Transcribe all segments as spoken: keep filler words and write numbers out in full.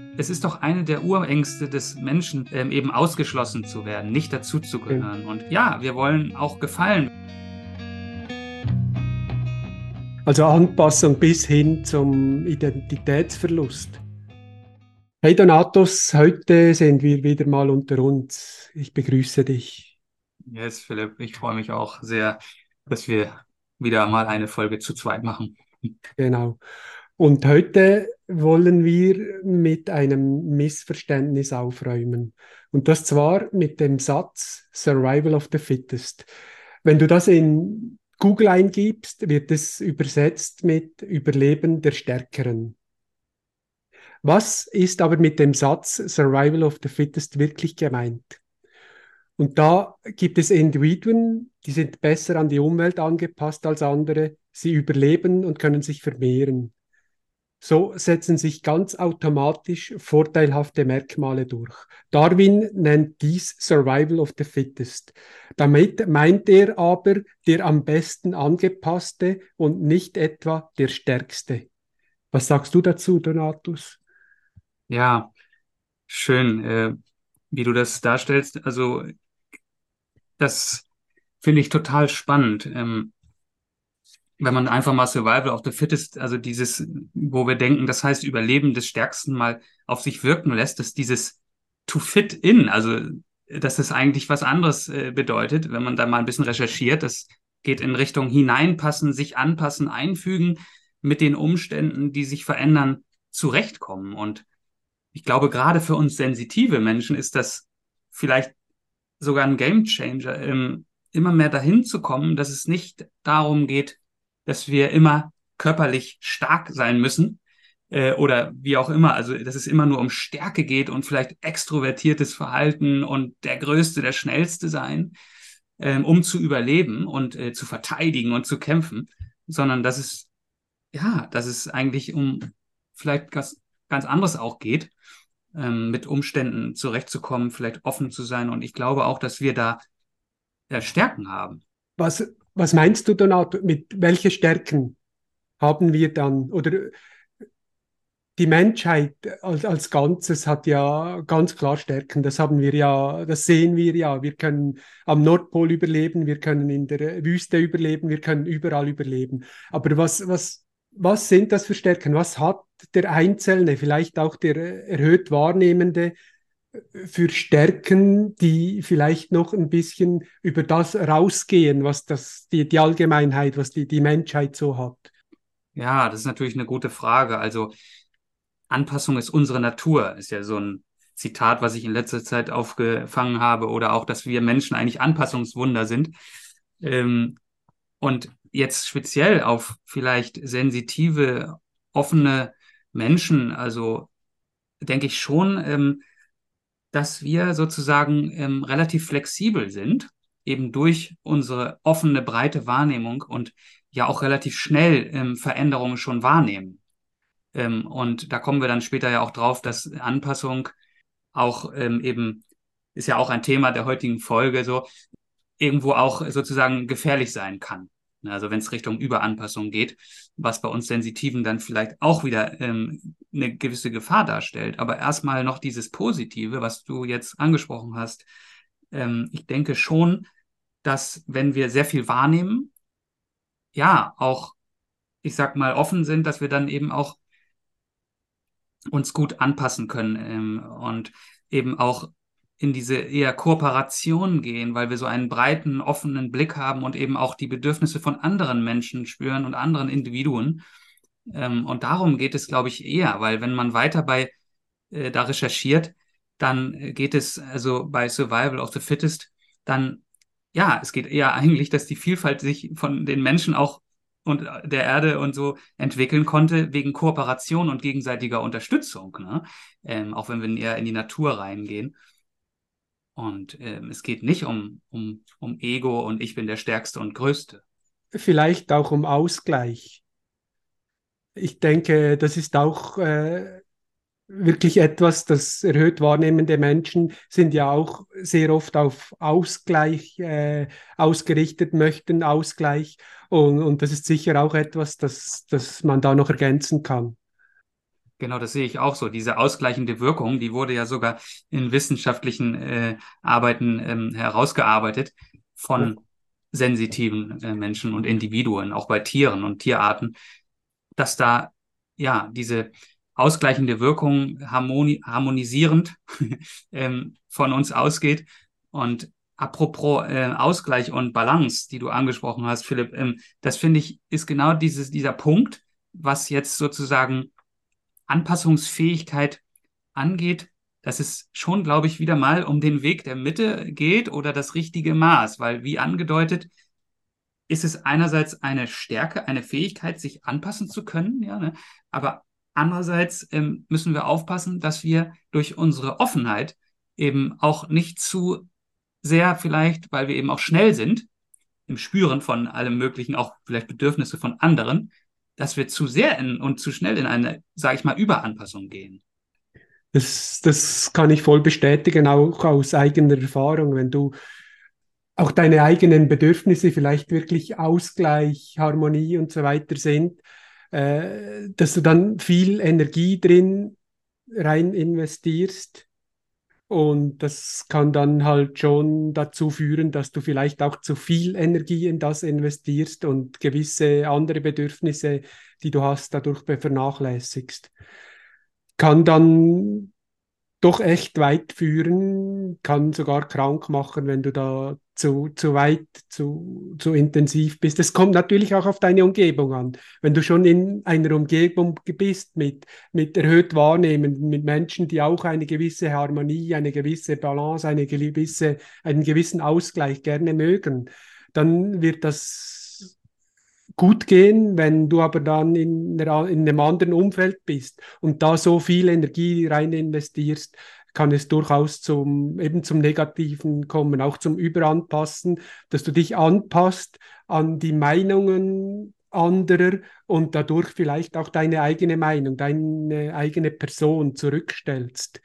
Es ist doch eine der Urängste des Menschen, ähm, eben ausgeschlossen zu werden, nicht Gen- dazuzugehören. Und ja, wir wollen auch gefallen. Also Anpassung bis hin zum Identitätsverlust. Hey Donatus, heute sind wir wieder mal unter uns. Ich begrüße dich. Yes, Philipp, ich freue mich auch sehr, dass wir wieder mal eine Folge zu zweit machen. Genau. Und heute wollen wir mit einem Missverständnis aufräumen. Und das zwar mit dem Satz Survival of the Fittest. Wenn du das in Google eingibst, wird es übersetzt mit Überleben der Stärkeren. Was ist aber mit dem Satz Survival of the Fittest wirklich gemeint? Und da gibt es Individuen, die sind besser an die Umwelt angepasst als andere. Sie überleben und können sich vermehren. So setzen sich ganz automatisch vorteilhafte Merkmale durch. Darwin nennt dies Survival of the Fittest. Damit meint er aber der am besten angepasste und nicht etwa der stärkste. Was sagst du dazu, Donatus? Ja, schön, äh, wie du das darstellst. Also, das finde ich total spannend. Ähm, wenn man einfach mal Survival of the Fittest, also dieses, wo wir denken, das heißt Überleben des Stärksten mal auf sich wirken lässt, dass dieses to fit in, also dass das eigentlich was anderes äh, bedeutet, wenn man da mal ein bisschen recherchiert. Das geht in Richtung hineinpassen, sich anpassen, einfügen, mit den Umständen, die sich verändern, zurechtkommen. Und ich glaube, gerade für uns sensitive Menschen ist das vielleicht sogar ein Gamechanger, ähm, immer mehr dahin zu kommen, dass es nicht darum geht, dass wir immer körperlich stark sein müssen äh, oder wie auch immer. Also, dass es immer nur um Stärke geht und vielleicht extrovertiertes Verhalten und der Größte, der Schnellste sein, ähm, um zu überleben und äh, zu verteidigen und zu kämpfen, sondern dass es, ja, dass es eigentlich um vielleicht ganz, ganz anderes auch geht, ähm, mit Umständen zurechtzukommen, vielleicht offen zu sein. Und ich glaube auch, dass wir da äh, Stärken haben. Was, was meinst du, Donato? Mit welchen Stärken haben wir dann? Oder die Menschheit als, als Ganzes hat ja ganz klar Stärken. Das haben wir ja, das sehen wir ja. Wir können am Nordpol überleben, wir können in der Wüste überleben, wir können überall überleben. Aber was, was, was sind das für Stärken? Was hat der Einzelne, vielleicht auch der erhöht Wahrnehmende, für Stärken, die vielleicht noch ein bisschen über das rausgehen, was das, die, die Allgemeinheit, was die, die Menschheit so hat? Ja, das ist natürlich eine gute Frage. Also Anpassung ist unsere Natur, ist ja so ein Zitat, was ich in letzter Zeit aufgefangen habe, oder auch, dass wir Menschen eigentlich Anpassungswunder sind. Ähm, und jetzt speziell auf vielleicht sensitive, offene Menschen, also denke ich schon, ähm, dass wir sozusagen ähm, relativ flexibel sind, eben durch unsere offene, breite Wahrnehmung und ja auch relativ schnell ähm, Veränderungen schon wahrnehmen. Ähm, und da kommen wir dann später ja auch drauf, dass Anpassung auch ähm, eben, ist ja auch ein Thema der heutigen Folge, so irgendwo auch sozusagen gefährlich sein kann. Also wenn es Richtung Überanpassung geht, was bei uns Sensitiven dann vielleicht auch wieder ähm, eine gewisse Gefahr darstellt. Aber erstmal noch dieses Positive, was du jetzt angesprochen hast. Ähm, ich denke schon, dass wenn wir sehr viel wahrnehmen, ja, auch, ich sag mal, offen sind, dass wir dann eben auch uns gut anpassen können ähm, und eben auch in diese eher Kooperation gehen, weil wir so einen breiten, offenen Blick haben und eben auch die Bedürfnisse von anderen Menschen spüren und anderen Individuen. Ähm, und darum geht es, glaube ich, eher, weil wenn man weiter bei äh, da recherchiert, dann äh, geht es also bei Survival of the Fittest, dann ja, es geht eher eigentlich, dass die Vielfalt sich von den Menschen auch und äh, der Erde und so entwickeln konnte wegen Kooperation und gegenseitiger Unterstützung, ne? Ähm, auch wenn wir eher in die Natur reingehen. Und ähm, es geht nicht um, um, um Ego und ich bin der Stärkste und Größte. Vielleicht auch um Ausgleich. Ich denke, das ist auch äh, wirklich etwas, das erhöht wahrnehmende Menschen sind ja auch sehr oft auf Ausgleich äh, ausgerichtet, möchten Ausgleich. Und, und das ist sicher auch etwas, das, das man da noch ergänzen kann. Genau, das sehe ich auch so. Diese ausgleichende Wirkung, die wurde ja sogar in wissenschaftlichen äh, Arbeiten ähm, herausgearbeitet Ja. von sensitiven äh, Menschen und Individuen, auch bei Tieren und Tierarten, dass da ja diese ausgleichende Wirkung harmoni harmonisierend ähm, von uns ausgeht. Und apropos äh, Ausgleich und Balance, die du angesprochen hast, Philipp, ähm, das finde ich, ist genau dieses, dieser Punkt, was jetzt sozusagen Anpassungsfähigkeit angeht, dass es schon, glaube ich, wieder mal um den Weg der Mitte geht oder das richtige Maß, weil wie angedeutet, ist es einerseits eine Stärke, eine Fähigkeit, sich anpassen zu können, ja, ne? Aber andererseits ähm, müssen wir aufpassen, dass wir durch unsere Offenheit eben auch nicht zu sehr vielleicht, weil wir eben auch schnell sind im Spüren von allem Möglichen, auch vielleicht Bedürfnisse von anderen, dass wir zu sehr in, und zu schnell in eine, sage ich mal, Überanpassung gehen. Das, das kann ich voll bestätigen, auch aus eigener Erfahrung. Wenn du auch deine eigenen Bedürfnisse vielleicht wirklich Ausgleich, Harmonie und so weiter sind, äh, dass du dann viel Energie drin rein investierst. Und das kann dann halt schon dazu führen, dass du vielleicht auch zu viel Energie in das investierst und gewisse andere Bedürfnisse, die du hast, dadurch vernachlässigst. Kann dann doch echt weit führen, kann sogar krank machen, wenn du da zu, zu weit, zu, zu intensiv bist. Es kommt natürlich auch auf deine Umgebung an. Wenn du schon in einer Umgebung bist mit, mit erhöht Wahrnehmen, mit Menschen, die auch eine gewisse Harmonie, eine gewisse Balance, eine gewisse, einen gewissen Ausgleich gerne mögen, dann wird das gut gehen. Wenn du aber dann in, einer, in einem anderen Umfeld bist und da so viel Energie rein investierst, kann es durchaus zum, eben zum Negativen kommen, auch zum Überanpassen, dass du dich anpasst an die Meinungen anderer und dadurch vielleicht auch deine eigene Meinung, deine eigene Person zurückstellst.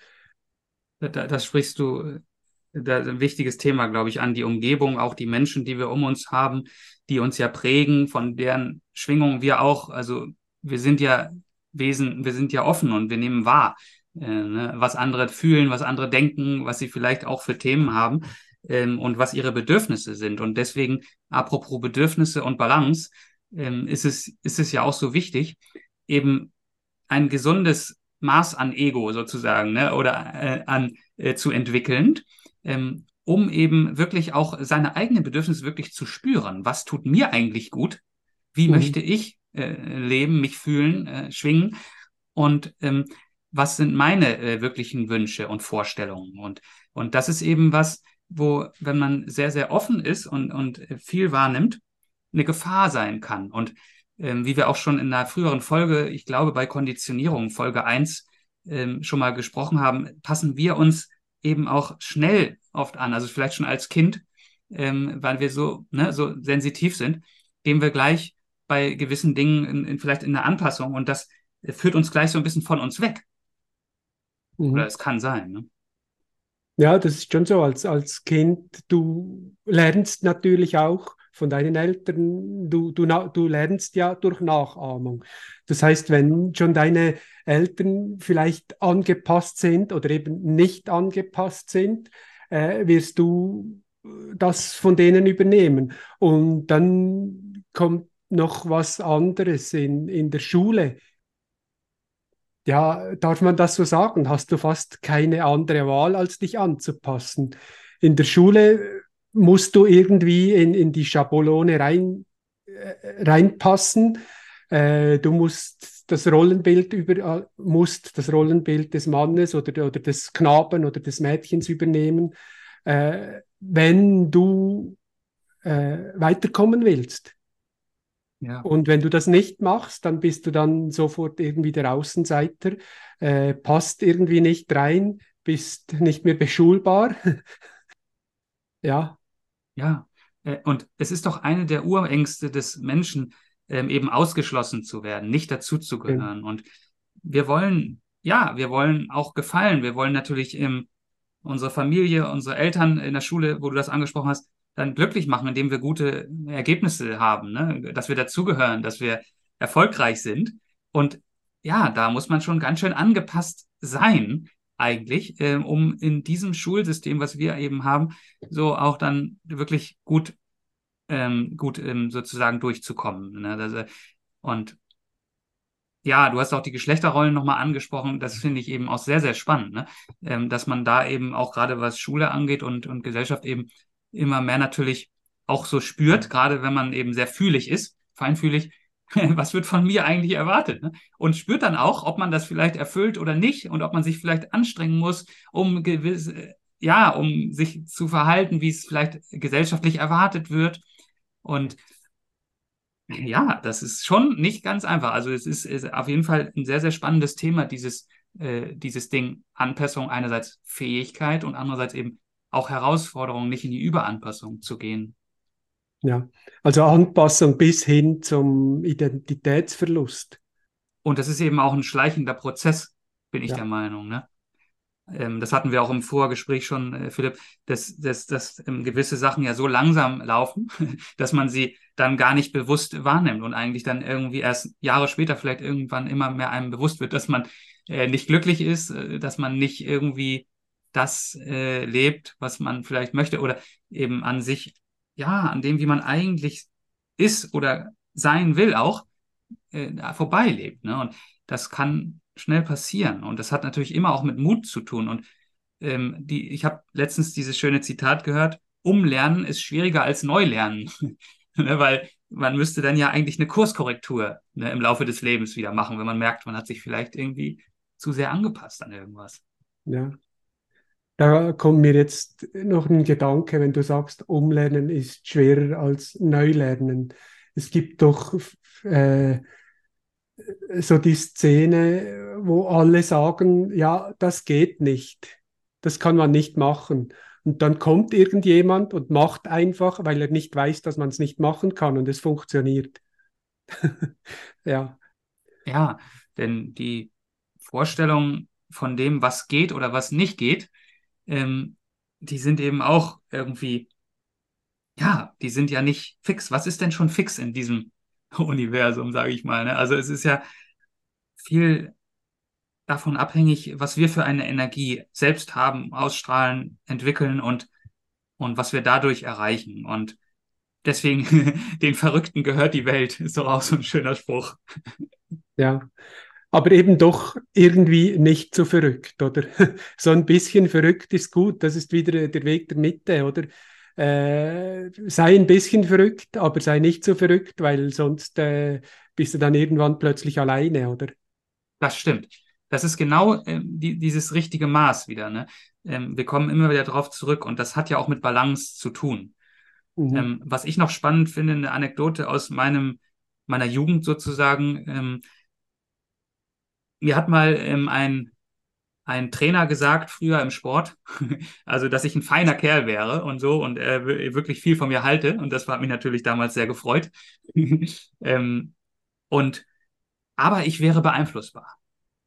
Da, das sprichst du da ein wichtiges Thema, glaube ich, an die Umgebung, auch die Menschen, die wir um uns haben, die uns ja prägen, von deren Schwingung wir auch, also wir sind ja Wesen, wir sind ja offen und wir nehmen wahr, äh, ne, was andere fühlen, was andere denken, was sie vielleicht auch für Themen haben, ähm, und was ihre Bedürfnisse sind. Und deswegen, apropos Bedürfnisse und Balance, ähm, ist es, ist es ja auch so wichtig, eben ein gesundes Maß an Ego sozusagen, ne, oder äh, an äh, zu entwickeln, ähm, um eben wirklich auch seine eigenen Bedürfnisse wirklich zu spüren. Was tut mir eigentlich gut? Wie Mhm. möchte ich äh, leben, mich fühlen, äh, schwingen? Und ähm, was sind meine äh, wirklichen Wünsche und Vorstellungen? Und, und das ist eben was, wo, wenn man sehr, sehr offen ist und, und äh, viel wahrnimmt, eine Gefahr sein kann. Und ähm, wie wir auch schon in einer früheren Folge, ich glaube bei Konditionierung, Folge eins ähm, schon mal gesprochen haben, passen wir uns eben auch schnell oft an. Also vielleicht schon als Kind, ähm, weil wir so, ne, so sensitiv sind, gehen wir gleich bei gewissen Dingen in, in, vielleicht in eine Anpassung und das äh, führt uns gleich so ein bisschen von uns weg. Oder Mhm. es kann sein, ne? Ja, das ist schon so. Als, als Kind, du lernst natürlich auch von deinen Eltern, du, du, na- du lernst ja durch Nachahmung. Das heißt, wenn schon deine Eltern vielleicht angepasst sind oder eben nicht angepasst sind, äh, wirst du das von denen übernehmen. Und dann kommt noch was anderes in, in der Schule. Ja, darf man das so sagen? Hast du fast keine andere Wahl, als dich anzupassen. In der Schule musst du irgendwie in, in die Schablone rein, äh, reinpassen. Äh, du musst das Rollenbild über, äh, musst das Rollenbild des Mannes oder, oder des Knaben oder des Mädchens übernehmen, äh, wenn du äh, weiterkommen willst. Ja. Und wenn du das nicht machst, dann bist du dann sofort irgendwie der Außenseiter, äh, passt irgendwie nicht rein, bist nicht mehr beschulbar. Ja. Ja, äh, und es ist doch eine der Urängste des Menschen, ähm, eben ausgeschlossen zu werden, nicht ähm, dazuzugehören. Und wir wollen, ja, wir wollen auch gefallen. Wir wollen natürlich ähm, unsere Familie, unsere Eltern in der Schule, wo du das angesprochen hast, dann glücklich machen, indem wir gute Ergebnisse haben, ne? Dass wir dazugehören, dass wir erfolgreich sind. Und ja, da muss man schon ganz schön angepasst sein, eigentlich, äh, um in diesem Schulsystem, was wir eben haben, so auch dann wirklich gut, ähm, gut ähm, sozusagen durchzukommen. Ne? Das, äh, und ja, du hast auch die Geschlechterrollen nochmal angesprochen. Das finde ich eben auch sehr, sehr spannend, ne? Ähm, dass man da eben auch gerade was Schule angeht und, und Gesellschaft eben immer mehr natürlich auch so spürt, gerade wenn man eben sehr fühlig ist, feinfühlig, was wird von mir eigentlich erwartet, ne? Und spürt dann auch, ob man das vielleicht erfüllt oder nicht und ob man sich vielleicht anstrengen muss, um gewisse, ja, um sich zu verhalten, wie es vielleicht gesellschaftlich erwartet wird. Und ja, das ist schon nicht ganz einfach. Also es ist, ist auf jeden Fall ein sehr, sehr spannendes Thema, dieses, äh, dieses Ding Anpassung, einerseits Fähigkeit und andererseits eben auch Herausforderung, nicht in die Überanpassung zu gehen. Ja, also Anpassung bis hin zum Identitätsverlust. Und das ist eben auch ein schleichender Prozess, bin ich der Ja, Meinung, ne? Ähm, das hatten wir auch im Vorgespräch schon, äh, Philipp, dass, dass, dass ähm, gewisse Sachen ja so langsam laufen, dass man sie dann gar nicht bewusst wahrnimmt und eigentlich dann irgendwie erst Jahre später vielleicht irgendwann immer mehr einem bewusst wird, dass man äh, nicht glücklich ist, äh, dass man nicht irgendwie das äh, lebt, was man vielleicht möchte oder eben an sich, ja, an dem, wie man eigentlich ist oder sein will auch äh, vorbeilebt. Ne? Und das kann schnell passieren. Und das hat natürlich immer auch mit Mut zu tun. Und ähm, die, ich habe letztens dieses schöne Zitat gehört, Umlernen ist schwieriger als Neulernen. Ne? Weil man müsste dann ja eigentlich eine Kurskorrektur, ne, im Laufe des Lebens wieder machen, wenn man merkt, man hat sich vielleicht irgendwie zu sehr angepasst an irgendwas. ja. Da kommt mir jetzt noch ein Gedanke, wenn du sagst, Umlernen ist schwerer als Neulernen. Es gibt doch äh, so die Szene, wo alle sagen, ja, das geht nicht. Das kann man nicht machen. Und dann kommt irgendjemand und macht einfach, weil er nicht weiß, dass man es nicht machen kann und es funktioniert. Ja, Ja, denn die Vorstellung von dem, was geht oder was nicht geht, ähm, die sind eben auch irgendwie, ja, die sind ja nicht fix. Was ist denn schon fix in diesem Universum, sage ich mal, ne? Also es ist ja viel davon abhängig, was wir für eine Energie selbst haben, ausstrahlen, entwickeln und, und was wir dadurch erreichen. Und deswegen, den Verrückten gehört die Welt, ist doch auch so ein schöner Spruch. ja. Aber eben doch irgendwie nicht so verrückt, oder? So ein bisschen verrückt ist gut, das ist wieder der Weg der Mitte, oder? Äh, sei ein bisschen verrückt, aber sei nicht so verrückt, weil sonst äh, bist du dann irgendwann plötzlich alleine, oder? Das stimmt. Das ist genau ähm, die, dieses richtige Maß wieder, ne? Ähm, wir kommen immer wieder drauf zurück und das hat ja auch mit Balance zu tun. Mhm. Ähm, was ich noch spannend finde, eine Anekdote aus meinem, meiner Jugend sozusagen. Ähm, mir hat mal ähm, ein, ein Trainer gesagt, früher im Sport, also dass ich ein feiner Kerl wäre und so und er äh, wirklich viel von mir halte. Und das hat mich natürlich damals sehr gefreut. ähm, und aber ich wäre beeinflussbar.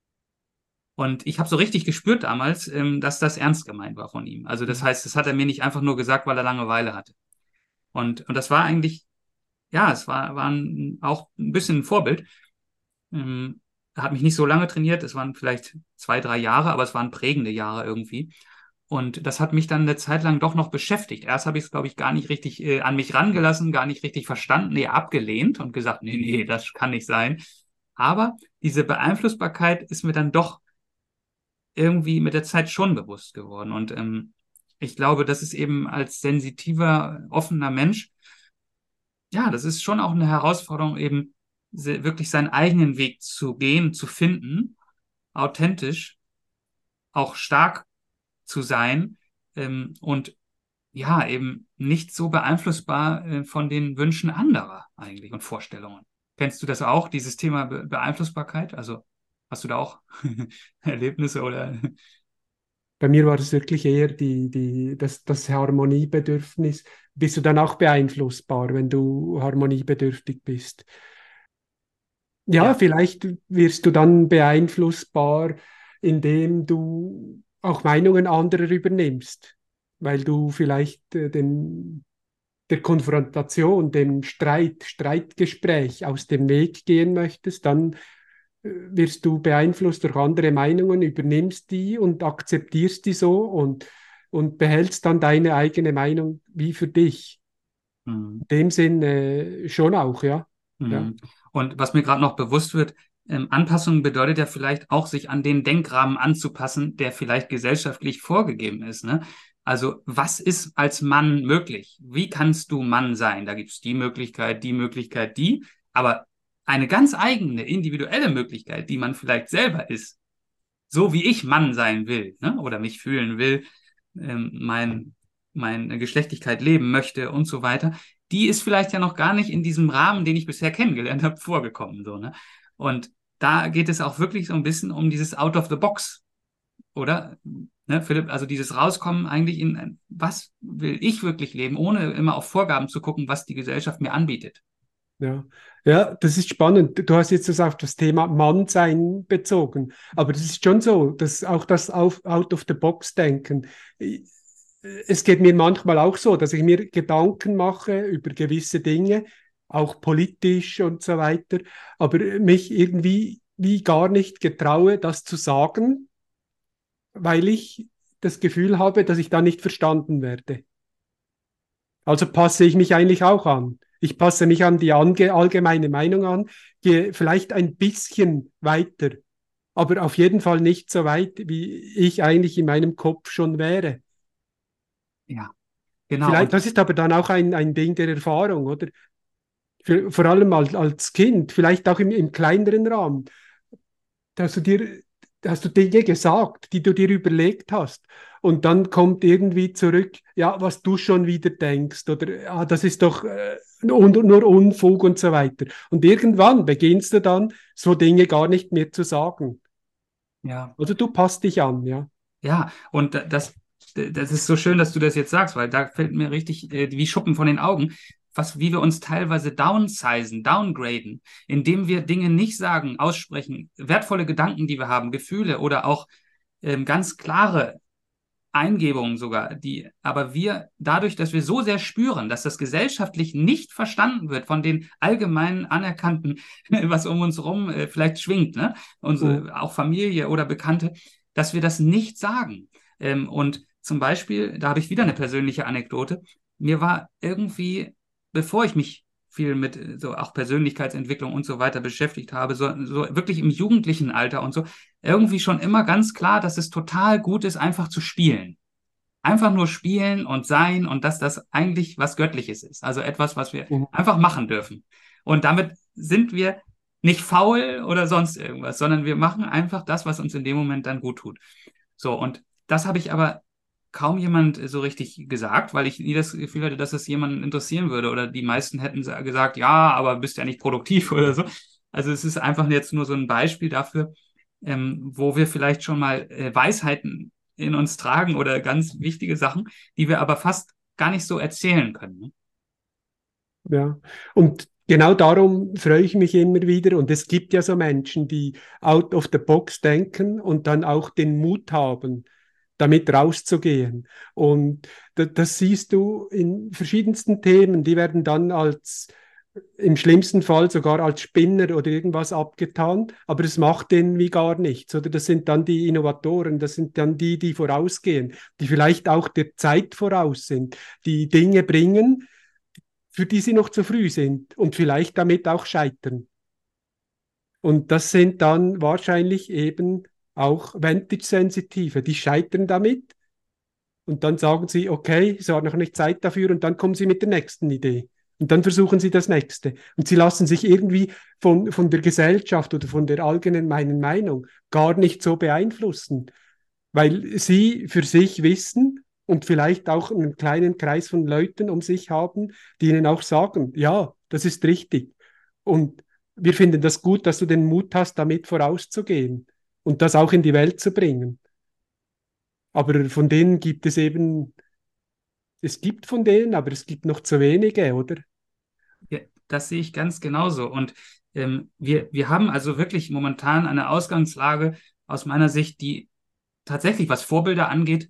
Und ich habe so richtig gespürt damals, ähm, dass das ernst gemeint war von ihm. Also das heißt, das hat er mir nicht einfach nur gesagt, weil er Langeweile hatte. Und, und das war eigentlich, ja, es war, war ein, auch ein bisschen ein Vorbild. Ähm, er hat mich nicht so lange trainiert, es waren vielleicht zwei, drei Jahre, aber es waren prägende Jahre irgendwie. Und das hat mich dann eine Zeit lang doch noch beschäftigt. Erst habe ich es, glaube ich, gar nicht richtig äh, an mich rangelassen, gar nicht richtig verstanden, nee, abgelehnt und gesagt, nee, nee, das kann nicht sein. Aber diese Beeinflussbarkeit ist mir dann doch irgendwie mit der Zeit schon bewusst geworden. Und ähm, ich glaube, das ist eben als sensitiver, offener Mensch, ja, das ist schon auch eine Herausforderung, eben se- wirklich seinen eigenen Weg zu gehen, zu finden, authentisch, auch stark zu sein, ähm, und ja, eben nicht so beeinflussbar äh, von den Wünschen anderer eigentlich und Vorstellungen. Kennst du das auch, dieses Thema Be Beeinflussbarkeit? Also hast du da auch Erlebnisse oder? Bei mir war das wirklich eher die, die, das, das Harmoniebedürfnis. Bist du dann auch beeinflussbar, wenn du harmoniebedürftig bist? Ja, Ja, vielleicht wirst du dann beeinflussbar, indem du auch Meinungen anderer übernimmst, weil du vielleicht äh, dem, der Konfrontation, dem Streit, Streitgespräch aus dem Weg gehen möchtest, dann wirst du beeinflusst durch andere Meinungen, übernimmst die und akzeptierst die so und, und behältst dann deine eigene Meinung wie für dich. Mhm. In dem Sinn äh, schon auch, ja. Ja, Mhm. Und was mir gerade noch bewusst wird, ähm, Anpassung bedeutet ja vielleicht auch, sich an den Denkrahmen anzupassen, der vielleicht gesellschaftlich vorgegeben ist, ne? Also, was ist als Mann möglich? Wie kannst du Mann sein? Da gibt es die Möglichkeit, die Möglichkeit, die, aber eine ganz eigene, individuelle Möglichkeit, die man vielleicht selber ist, so wie ich Mann sein will, ne? Oder mich fühlen will, ähm, mein, meine Geschlechtlichkeit leben möchte und so weiter, die ist vielleicht ja noch gar nicht in diesem Rahmen, den ich bisher kennengelernt habe, vorgekommen. So, ne? Und da geht es auch wirklich so ein bisschen um dieses Out of the Box, oder? Ne, Philipp, also dieses Rauskommen eigentlich in, was will ich wirklich leben, ohne immer auf Vorgaben zu gucken, was die Gesellschaft mir anbietet. ja. Ja, das ist spannend. Du hast jetzt das auf das Thema Mannsein bezogen. Aber das ist schon so, dass auch das auf, Out-of-the-Box-Denken. Es geht mir manchmal auch so, dass ich mir Gedanken mache über gewisse Dinge, auch politisch und so weiter, aber mich irgendwie wie gar nicht getraue, das zu sagen, weil ich das Gefühl habe, dass ich da nicht verstanden werde. Also passe ich mich eigentlich auch an. Ich passe mich an die ange allgemeine Meinung an, gehe vielleicht ein bisschen weiter, aber auf jeden Fall nicht so weit, wie ich eigentlich in meinem Kopf schon wäre. Ja, genau. Vielleicht, Und das ist aber dann auch ein, ein Ding der Erfahrung, oder? Für, vor allem als, als Kind, vielleicht auch im, im kleineren Rahmen. Da hast du dir, hast du Dinge gesagt, die du dir überlegt hast. Und dann kommt irgendwie zurück, ja, was du schon wieder denkst, oder ah, das ist doch äh, nur, nur Unfug und so weiter. Und irgendwann beginnst du dann, so Dinge gar nicht mehr zu sagen. ja, Also du passt dich an, ja. ja, und da- das, das ist so schön, dass du das jetzt sagst, weil da fällt mir richtig äh, wie Schuppen von den Augen, was, wie wir uns teilweise downsizen, downgraden, indem wir Dinge nicht sagen, aussprechen, wertvolle Gedanken, die wir haben, Gefühle oder auch ähm, ganz klare Eingebungen sogar, die, aber wir dadurch, dass wir so sehr spüren, dass das gesellschaftlich nicht verstanden wird von den allgemein anerkannten, was um uns rum äh, vielleicht schwingt, ne? Mhm. Unsere, auch Familie oder Bekannte, dass wir das nicht sagen. Ähm, und zum Beispiel, da habe ich wieder eine persönliche Anekdote. Mir war irgendwie, bevor ich mich viel mit äh, so auch Persönlichkeitsentwicklung und so weiter beschäftigt habe, so, so wirklich im jugendlichen Alter und so, irgendwie schon immer ganz klar, dass es total gut ist, einfach zu spielen. Einfach nur spielen und sein und dass das eigentlich was Göttliches ist. Also etwas, was wir Mhm. einfach machen dürfen. Und damit sind wir nicht faul oder sonst irgendwas, sondern wir machen einfach das, was uns in dem Moment dann gut tut. So, und das habe ich aber kaum jemand so richtig gesagt, weil ich nie das Gefühl hatte, dass es jemanden interessieren würde. Oder die meisten hätten gesagt, ja, aber bist ja nicht produktiv oder so. Also es ist einfach jetzt nur so ein Beispiel dafür, ähm, wo wir vielleicht schon mal äh, Weisheiten in uns tragen oder ganz wichtige Sachen, die wir aber fast gar nicht so erzählen können. Ne? Ja, und genau darum freue ich mich immer wieder. Und es gibt ja so Menschen, die out of the box denken und dann auch den Mut haben, damit rauszugehen. Und das, das siehst du in verschiedensten Themen. Die werden dann als im schlimmsten Fall sogar als Spinner oder irgendwas abgetan, aber es macht denen wie gar nichts. Oder das sind dann die Innovatoren, das sind dann die, die vorausgehen, die vielleicht auch der Zeit voraus sind, die Dinge bringen, für die sie noch zu früh sind und vielleicht damit auch scheitern. Und das sind dann wahrscheinlich eben auch Vantage-Sensitive, die scheitern damit und dann sagen sie, okay, es war noch nicht Zeit dafür und dann kommen sie mit der nächsten Idee. Und dann versuchen sie das nächste. Und sie lassen sich irgendwie von, von der Gesellschaft oder von der allgemeinen Meinung gar nicht so beeinflussen, weil sie für sich wissen und vielleicht auch einen kleinen Kreis von Leuten um sich haben, die ihnen auch sagen, ja, das ist richtig. Und wir finden das gut, dass du den Mut hast, damit vorauszugehen und das auch in die Welt zu bringen. Aber von denen gibt es eben, es gibt von denen, aber es gibt noch zu wenige, oder? Ja, das sehe ich ganz genauso. Und ähm, wir, wir haben also wirklich momentan eine Ausgangslage aus meiner Sicht, die tatsächlich, was Vorbilder angeht,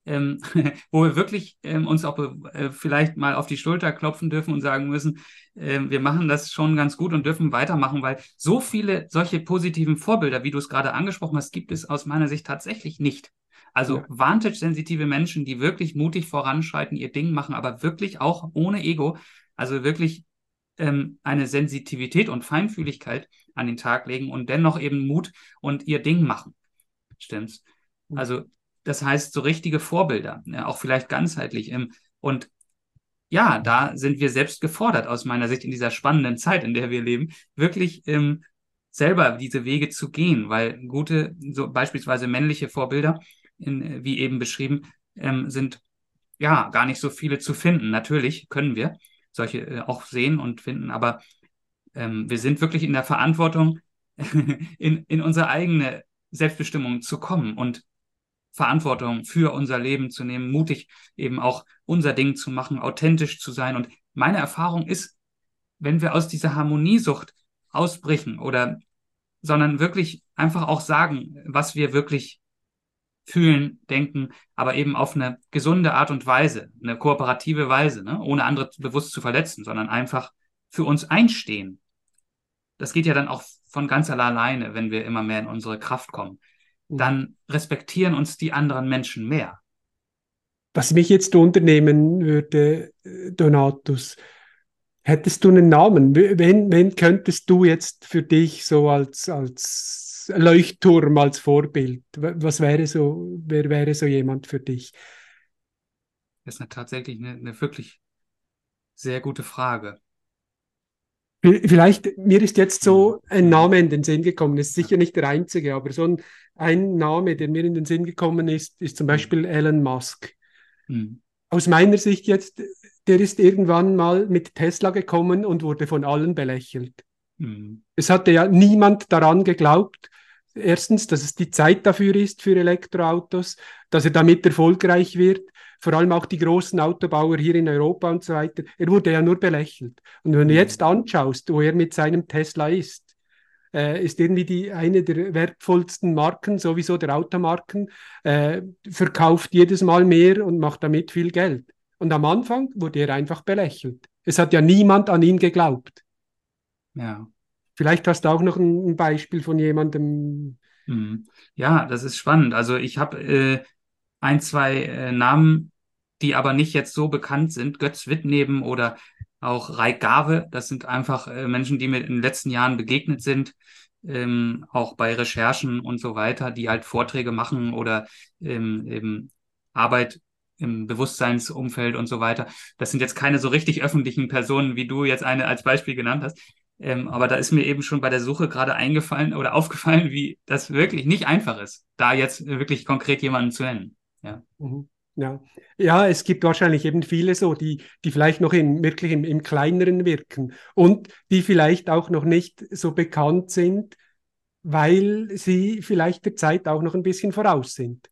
ähm, wo wir wirklich ähm, uns auch äh, vielleicht mal auf die Schulter klopfen dürfen und sagen müssen, äh, wir machen das schon ganz gut und dürfen weitermachen, weil so viele solche positiven Vorbilder, wie du es gerade angesprochen hast, gibt es aus meiner Sicht tatsächlich nicht. Also Ja. Vantage-sensitive Menschen, die wirklich mutig voranschreiten, ihr Ding machen, aber wirklich auch ohne Ego, also wirklich ähm, eine Sensitivität und Feinfühligkeit an den Tag legen und dennoch eben Mut und ihr Ding machen. Stimmt's? Also das heißt, so richtige Vorbilder, ja, auch vielleicht ganzheitlich. Ähm, und ja, da sind wir selbst gefordert, aus meiner Sicht in dieser spannenden Zeit, in der wir leben, wirklich ähm, selber diese Wege zu gehen, weil gute, so beispielsweise männliche Vorbilder, in, wie eben beschrieben, ähm, sind ja gar nicht so viele zu finden. Natürlich können wir solche äh, auch sehen und finden, aber ähm, wir sind wirklich in der Verantwortung, in, in unsere eigene Selbstbestimmung zu kommen und Verantwortung für unser Leben zu nehmen, mutig eben auch unser Ding zu machen, authentisch zu sein. Und meine Erfahrung ist, wenn wir aus dieser Harmoniesucht ausbrechen oder sondern wirklich einfach auch sagen, was wir wirklich fühlen, denken, aber eben auf eine gesunde Art und Weise, eine kooperative Weise, ne? Ohne andere bewusst zu verletzen, sondern einfach für uns einstehen. Das geht ja dann auch von ganz alleine, wenn wir immer mehr in unsere Kraft kommen. Mhm. Dann respektieren uns die anderen Menschen mehr. Was mich jetzt unternehmen würde, äh, Donatus, hättest du einen Namen? Wen, wen könntest du jetzt für dich so als, als Leuchtturm, als Vorbild? Was wäre so, wer wäre so jemand für dich? Das ist eine, tatsächlich eine, eine wirklich sehr gute Frage. Vielleicht, mir ist jetzt Hm, so ein hm, Name in den Sinn gekommen, ist ja, sicher nicht der einzige, aber so ein, ein Name, der mir in den Sinn gekommen ist, ist zum hm, Beispiel Elon Musk. hm, Aus meiner Sicht jetzt, der ist irgendwann mal mit Tesla gekommen und wurde von allen belächelt. hm, Es hatte ja niemand daran geglaubt, erstens, dass es die Zeit dafür ist für Elektroautos, dass er damit erfolgreich wird, vor allem auch die großen Autobauer hier in Europa und so weiter. Er wurde ja nur belächelt. Und wenn du hm. jetzt anschaust, wo er mit seinem Tesla ist, äh, ist irgendwie die eine der wertvollsten Marken, sowieso der Automarken, äh, verkauft jedes Mal mehr und macht damit viel Geld. Und am Anfang wurde er einfach belächelt. Es hat ja niemand an ihn geglaubt. Ja. Vielleicht hast du auch noch ein, ein Beispiel von jemandem. Hm. Ja, das ist spannend. Also ich habe äh, ein, zwei äh, Namen, die aber nicht jetzt so bekannt sind. Götz Wittneben oder auch Raik Gave. Das sind einfach äh, Menschen, die mir in den letzten Jahren begegnet sind, ähm, auch bei Recherchen und so weiter, die halt Vorträge machen oder ähm, eben Arbeit im Bewusstseinsumfeld und so weiter. Das sind jetzt keine so richtig öffentlichen Personen, wie du jetzt eine als Beispiel genannt hast. Ähm, aber da ist mir eben schon bei der Suche gerade eingefallen oder aufgefallen, wie das wirklich nicht einfach ist, da jetzt wirklich konkret jemanden zu nennen. Ja. Mhm. Ja. Ja, es gibt wahrscheinlich eben viele so, die, die vielleicht noch im, wirklich im, im Kleineren wirken und die vielleicht auch noch nicht so bekannt sind, weil sie vielleicht der Zeit auch noch ein bisschen voraus sind.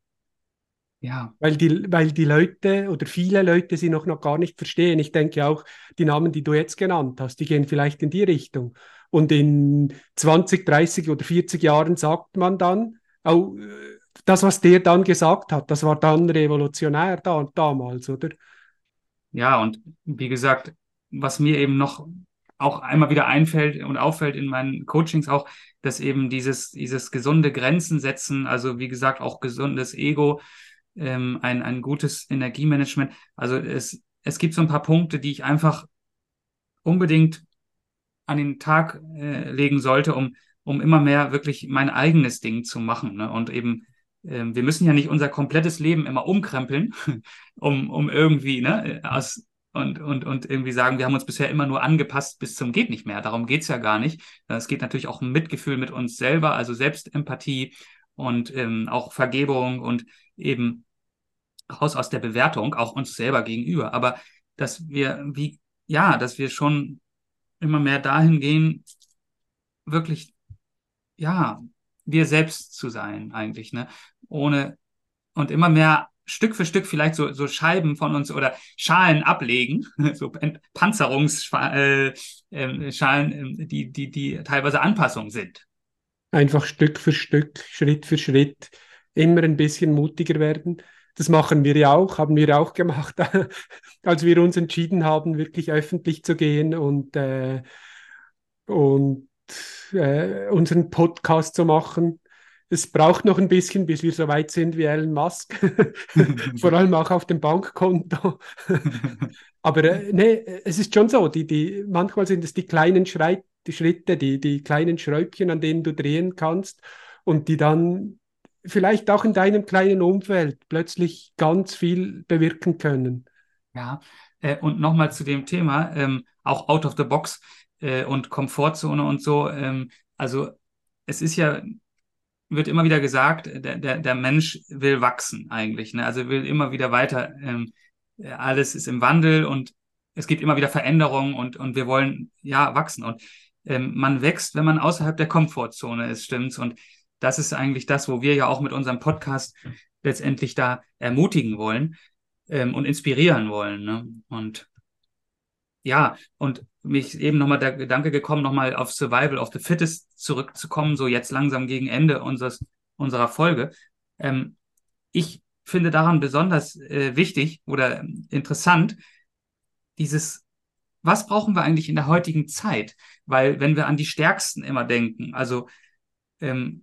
Ja. Weil die, weil die Leute oder viele Leute sie noch, noch gar nicht verstehen. Ich denke auch, die Namen, die du jetzt genannt hast, die gehen vielleicht in die Richtung. Und in zwanzig, dreißig oder vierzig Jahren sagt man dann, oh, das, was der dann gesagt hat, das war dann revolutionär da, damals, oder? Ja, und wie gesagt, was mir eben noch auch einmal wieder einfällt und auffällt in meinen Coachings auch, dass eben dieses, dieses gesunde Grenzen setzen, also wie gesagt, auch gesundes Ego, ähm, ein, ein gutes Energiemanagement. Also es, es gibt so ein paar Punkte, die ich einfach unbedingt an den Tag äh, legen sollte, um, um immer mehr wirklich mein eigenes Ding zu machen. Ne? Und eben, ähm, wir müssen ja nicht unser komplettes Leben immer umkrempeln, um, um irgendwie, ne, aus, und, und, und irgendwie sagen, wir haben uns bisher immer nur angepasst bis zum geht nicht mehr. Darum geht's ja gar nicht. Es geht natürlich auch um Mitgefühl mit uns selber, also Selbstempathie und ähm, auch Vergebung und eben raus aus der Bewertung, auch uns selber gegenüber. Aber dass wir, wie, ja, dass wir schon immer mehr dahin gehen, wirklich, ja, wir selbst zu sein eigentlich, ne? Ohne und immer mehr Stück für Stück vielleicht so, so Scheiben von uns oder Schalen ablegen, so Panzerungsschalen, äh, äh, Schalen, äh, die, die, die teilweise Anpassung sind. Einfach Stück für Stück, Schritt für Schritt immer ein bisschen mutiger werden. Das machen wir ja auch, haben wir auch gemacht, als wir uns entschieden haben, wirklich öffentlich zu gehen und, äh, und äh, unseren Podcast zu machen. Es braucht noch ein bisschen, bis wir so weit sind wie Elon Musk, vor allem auch auf dem Bankkonto. Aber äh, nee, es ist schon so, die, die, manchmal sind es die kleinen Schreit, die Schritte, die, die kleinen Schräubchen, an denen du drehen kannst und die dann vielleicht auch in deinem kleinen Umfeld plötzlich ganz viel bewirken können. Ja, äh, und nochmal zu dem Thema, ähm, auch out of the box äh, und Komfortzone und so. Ähm, also es ist ja, wird immer wieder gesagt, der, der, der Mensch will wachsen eigentlich, ne? Also will immer wieder weiter, ähm, alles ist im Wandel und es gibt immer wieder Veränderungen und, und wir wollen ja wachsen. Und ähm, man wächst, wenn man außerhalb der Komfortzone ist, stimmt's? Und das ist eigentlich das, wo wir ja auch mit unserem Podcast letztendlich da ermutigen wollen ähm, und inspirieren wollen. Ne? Und ja, und mich ist eben nochmal der Gedanke gekommen, nochmal auf Survival of the Fittest zurückzukommen, so jetzt langsam gegen Ende unseres, unserer Folge. Ähm, ich finde daran besonders äh, wichtig oder interessant, dieses, was brauchen wir eigentlich in der heutigen Zeit? Weil wenn wir an die Stärksten immer denken, also, ähm,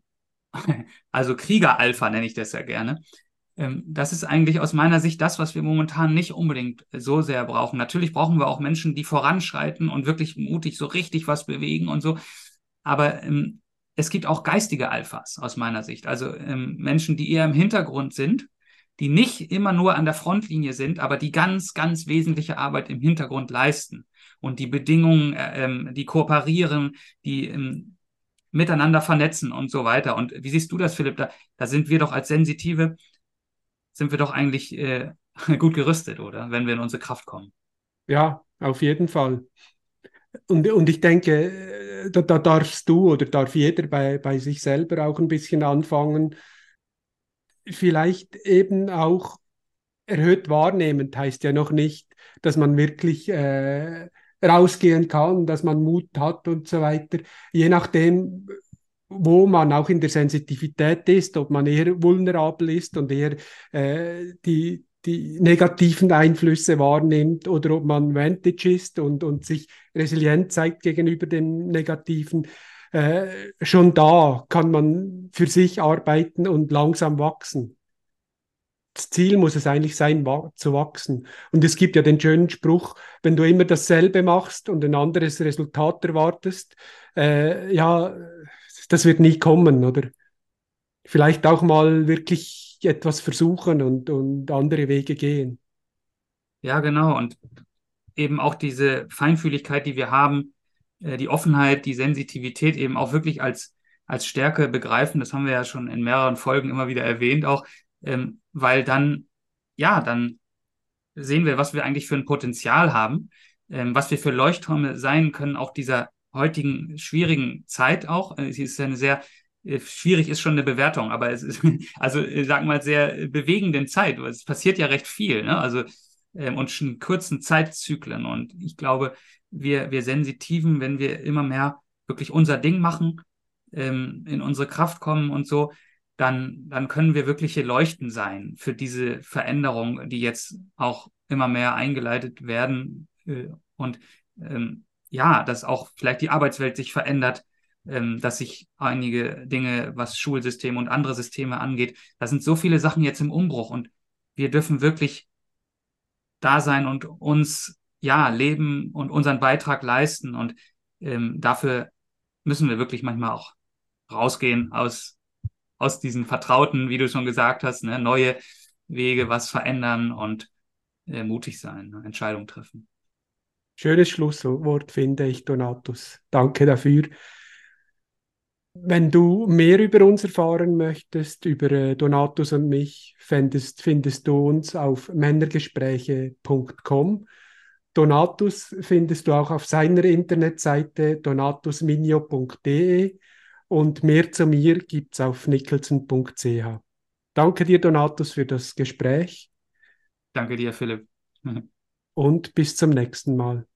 also Krieger-Alpha nenne ich das ja gerne, ähm, das ist eigentlich aus meiner Sicht das, was wir momentan nicht unbedingt so sehr brauchen. Natürlich brauchen wir auch Menschen, die voranschreiten und wirklich mutig so richtig was bewegen und so. Aber ähm, es gibt auch geistige Alphas aus meiner Sicht. Also ähm, Menschen, die eher im Hintergrund sind, die nicht immer nur an der Frontlinie sind, aber die ganz, ganz wesentliche Arbeit im Hintergrund leisten und die Bedingungen, äh, ähm, die kooperieren, die ähm, miteinander vernetzen und so weiter. Und wie siehst du das, Philipp? Da, da sind wir doch als Sensitive sind wir doch eigentlich äh, gut gerüstet, oder? Wenn wir in unsere Kraft kommen. Ja, auf jeden Fall. Und, und ich denke, äh, da, da darfst du oder darf jeder bei, bei sich selber auch ein bisschen anfangen. Vielleicht eben auch erhöht wahrnehmend heißt ja noch nicht, dass man wirklich äh, rausgehen kann, dass man Mut hat und so weiter. Je nachdem, wo man auch in der Sensitivität ist, ob man eher vulnerabel ist und eher äh, die, die negativen Einflüsse wahrnimmt oder ob man Vantage ist und, und sich resilient zeigt gegenüber dem Negativen. Äh, schon da kann man für sich arbeiten und langsam wachsen. Das Ziel muss es eigentlich sein, wa zu wachsen. Und es gibt ja den schönen Spruch, wenn du immer dasselbe machst und ein anderes Resultat erwartest, äh, ja, das wird nie kommen, oder? Vielleicht auch mal wirklich etwas versuchen und, und andere Wege gehen. Ja, genau. Und eben auch diese Feinfühligkeit, die wir haben, äh, die Offenheit, die Sensitivität eben auch wirklich als, als Stärke begreifen. Das haben wir ja schon in mehreren Folgen immer wieder erwähnt, auch, ähm, weil dann, ja, dann sehen wir, was wir eigentlich für ein Potenzial haben, ähm, was wir für Leuchttürme sein können, auch dieser heutigen schwierigen Zeit auch. Äh, Es ist ja eine sehr äh, schwierig ist schon eine Bewertung, aber es ist also äh, sagen wir mal sehr bewegenden Zeit. Es passiert ja recht viel, ne? Also ähm, und schon in kurzen Zeitzyklen. Und ich glaube, wir wir Sensitiven, wenn wir immer mehr wirklich unser Ding machen, ähm, in unsere Kraft kommen und so, dann, dann können wir wirkliche Leuchten sein für diese Veränderung, die jetzt auch immer mehr eingeleitet werden. Äh, und ähm, ja, dass auch vielleicht die Arbeitswelt sich verändert, ähm, dass sich einige Dinge, was Schulsysteme und andere Systeme angeht, da sind so viele Sachen jetzt im Umbruch und wir dürfen wirklich da sein und uns ja leben und unseren Beitrag leisten. Und ähm, dafür müssen wir wirklich manchmal auch rausgehen aus aus diesen Vertrauten, wie du schon gesagt hast, ne, neue Wege, was verändern und äh, mutig sein, ne, Entscheidungen treffen. Schönes Schlusswort, finde ich, Donatus. Danke dafür. Wenn du mehr über uns erfahren möchtest, über äh, Donatus und mich, findest, findest du uns auf männergespräche punkt com. Donatus findest du auch auf seiner Internetseite donatusminio punkt de und mehr zu mir gibt es auf nicholson punkt c h. Danke dir, Donatus, für das Gespräch Danke dir, Philipp. und bis zum nächsten Mal.